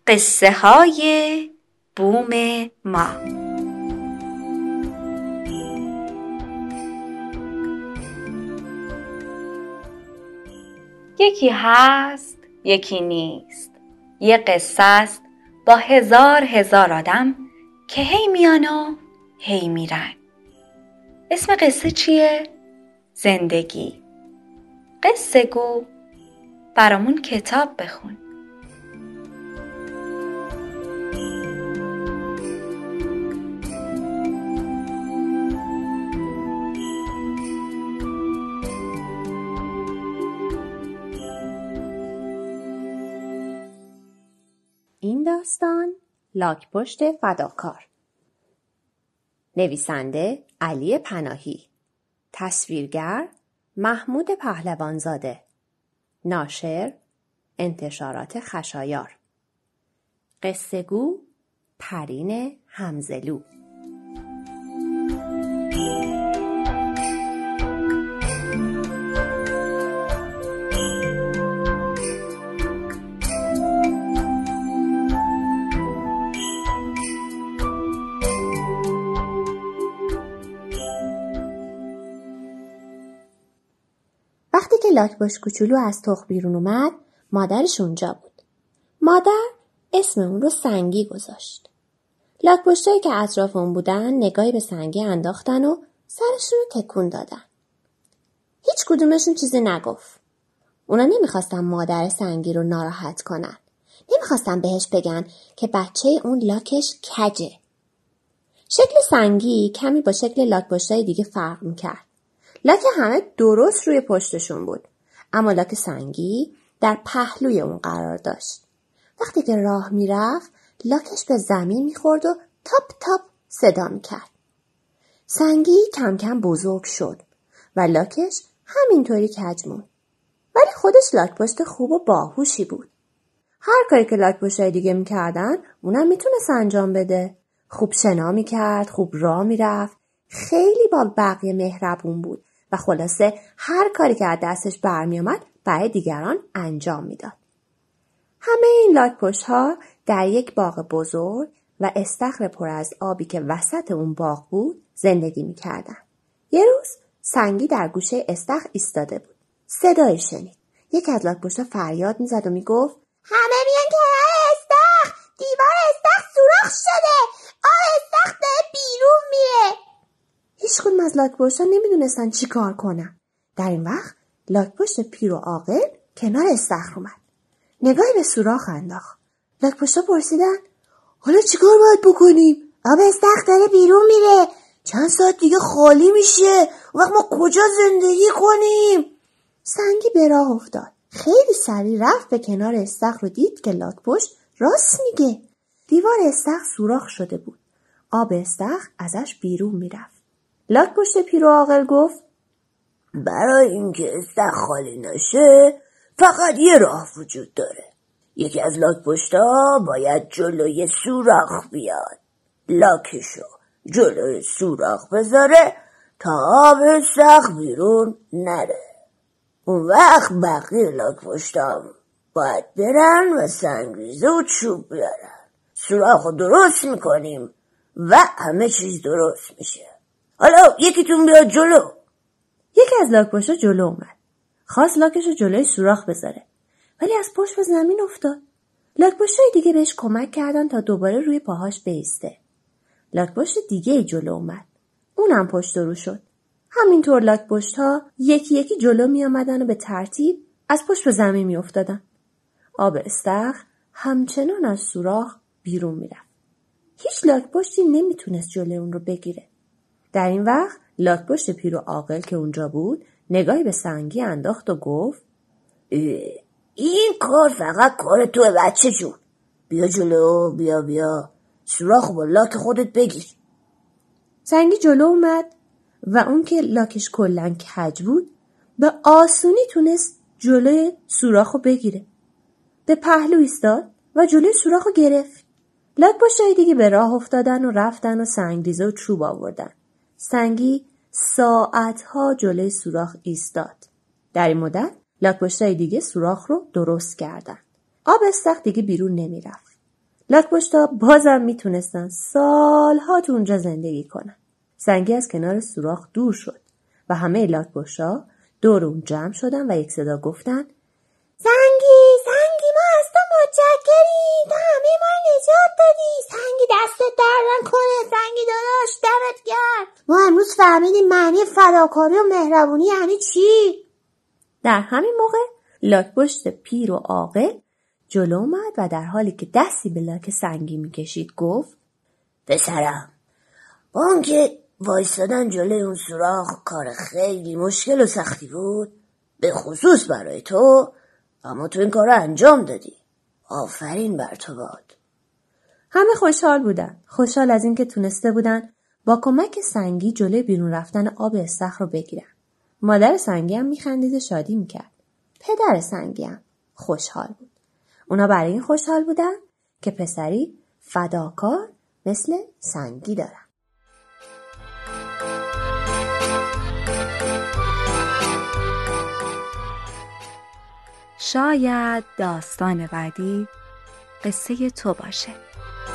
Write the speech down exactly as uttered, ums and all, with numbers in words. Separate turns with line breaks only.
قصه های بوم ما. یکی هست یکی نیست، یه قصه است با هزار هزار آدم که هی میان و هی میرن. اسم قصه چیه؟ زندگی. قصه گو برامون کتاب بخون.
این داستان لاک‌پشت فداکار. نویسنده علی پناهی، تصویرگر محمود پهلوانزاده، ناشر انتشارات خشایار، قصه گو پرین همزلو. وقتی که لاک‌پشت کوچولو از تخم بیرون اومد، مادرش اونجا بود. مادر اسم اون رو سنگی گذاشت. لاک‌پشتایی که اطراف اون بودن نگاهی به سنگی انداختن و سرشون رو تکون دادن. هیچ کدومشون چیزی نگفت. اونا نمیخواستن مادر سنگی رو ناراحت کنن. نمیخواستن بهش بگن که بچه اون لاکش کجه. شکل سنگی کمی با شکل لاک‌پشتای دیگه فرق میکرد. لاک همه درست روی پشتشون بود، اما لاک سنگی در پهلوی اون قرار داشت. وقتی که راه میرفت لاکش به زمین میخورد و تاپ تاپ صدا میکرد. سنگی کم کم بزرگ شد و لاکش همینطوری کج موند. ولی خودش لاک‌پشت خوب و باهوشی بود. هر کاری که لاک‌پشتای دیگه میکردن اونم میتونست انجام بده. خوب شنا میکرد، خوب راه میرفت، خیلی با بقیه مهربون بود و خلاصه هر کاری که از دستش برمی آمد برای دیگران انجام میداد. همه این لاک‌پشت‌ها در یک باغ بزرگ و استخر پر از آبی که وسط اون باغ بود زندگی میکردن. یه روز سنگی در گوشه استخر ایستاده بود. صدایی شنید. یکی از لاک‌پشت‌ها فریاد میزد و میگفت همه میان کنار استخر، دیوار استخر سوراخ شده، آب استخر داره بیرون میره. هیچ کدوم از لاک‌پشت‌ها نمیدونستن چی کار کنن. در این وقت لاک‌پشت پیر و عاقل کنار استخر اومد. نگاهی به سوراخ انداخت. لاک‌پشت‌ها پرسیدن حالا چیکار باید بکنیم؟ آب استخر داره بیرون میره. چند ساعت دیگه خالی میشه. وقت ما کجا زندگی کنیم؟ سنگی به راه افتاد. خیلی سریع رفت به کنار استخر و دید که لاک‌پشت راست میگه. دیوار استخر سوراخ شده بود. آب استخر ازش بیرون میرفت. لاک‌پشت پیر و عاقل گفت برای اینکه استخر خالی نشه فقط یه راه وجود داره. یکی از لاک‌پشت‌ها باید جلوی سوراخ بیاد، لاکشو جلوی سوراخ بذاره تا آب استخر بیرون نره. اون وقت بقیه لاک‌پشت‌ها باید برن و سنگریزه و چوب بیارن. سوراخ رو درست میکنیم و همه چیز درست میشه. حالا یکیتون بیاد جلو. یکی از لاک‌پشت‌ها جلو اومد. خواست لاکش رو جلوی سوراخ بذاره، ولی از پشت به زمین افتاد. لاک‌پشت‌های دیگه بهش کمک کردن تا دوباره روی پاهاش بایسته. لاک‌پشت دیگه جلو اومد. اونم پشت رو شد. همینطور لاک‌پشت‌ها یکی یکی جلو می آمدن و به ترتیب از پشت به زمین می افتادن. آب استخر همچنان از سوراخ بیرون می رفت. هیچ لاک‌پشتی نمیتونست جلوی اون رو بگیره. در این وقت لاک‌پشت پیر و عاقل که اونجا بود نگاهی به سنگی انداخت و گفت این کار فقط کار توه بچه جون. بیا جلو، بیا بیا، سوراخ با لاک خودت بگیر. سنگی جلو اومد و اون که لاکش کلن کج بود به آسونی تونست جلوی سوراخو بگیره. به پهلو ایستاد و جلوی سوراخو گرفت. لاک‌پشت‌های دیگه به راه افتادن و رفتن و سنگریزه و چوب آوردن. سنگی ساعتها جلوی سوراخ ایستاد. در این مدت لاک‌پشت‌های دیگه سوراخ رو درست کردن. آب استخر دیگه بیرون نمی رفت. لاک‌پشت‌ها بازم میتونستن سالها تو اونجا زندگی کنن. سنگی از کنار سوراخ دور شد و همه لاک‌پشت‌ها دور اون جمع شدن و یک صدا گفتن سنگی، سنگی، ما از تو متشکریم، تو همه ما رو نجات دادی. سنگی دستت در نکنه، سنگی داداش دمت گرم. ما امروز فهمیدیم معنی فداکاری و مهربونی یعنی چی. در همین موقع لاک‌پشت پیر و عاقل جلو اومد و در حالی که دستی به لاک سنگی میکشید گفت پسرم، با اون که وایستادن جلوی اون سوراخ کار خیلی مشکل و سختی بود، به خصوص برای تو، اما تو این کار رو انجام دادی. آفرین بر تو باد. همه خوشحال بودن. خوشحال از این که تونسته بودن با کمک سنگی جلوی بیرون رفتن آب استخر رو بگیرن. مادر سنگی هم میخندید و شادی میکرد. پدر سنگی هم خوشحال بود. اونا برای این خوشحال بودن که پسری فداکار مثل سنگی دارن.
شاید داستان بعدی قصه تو باشه.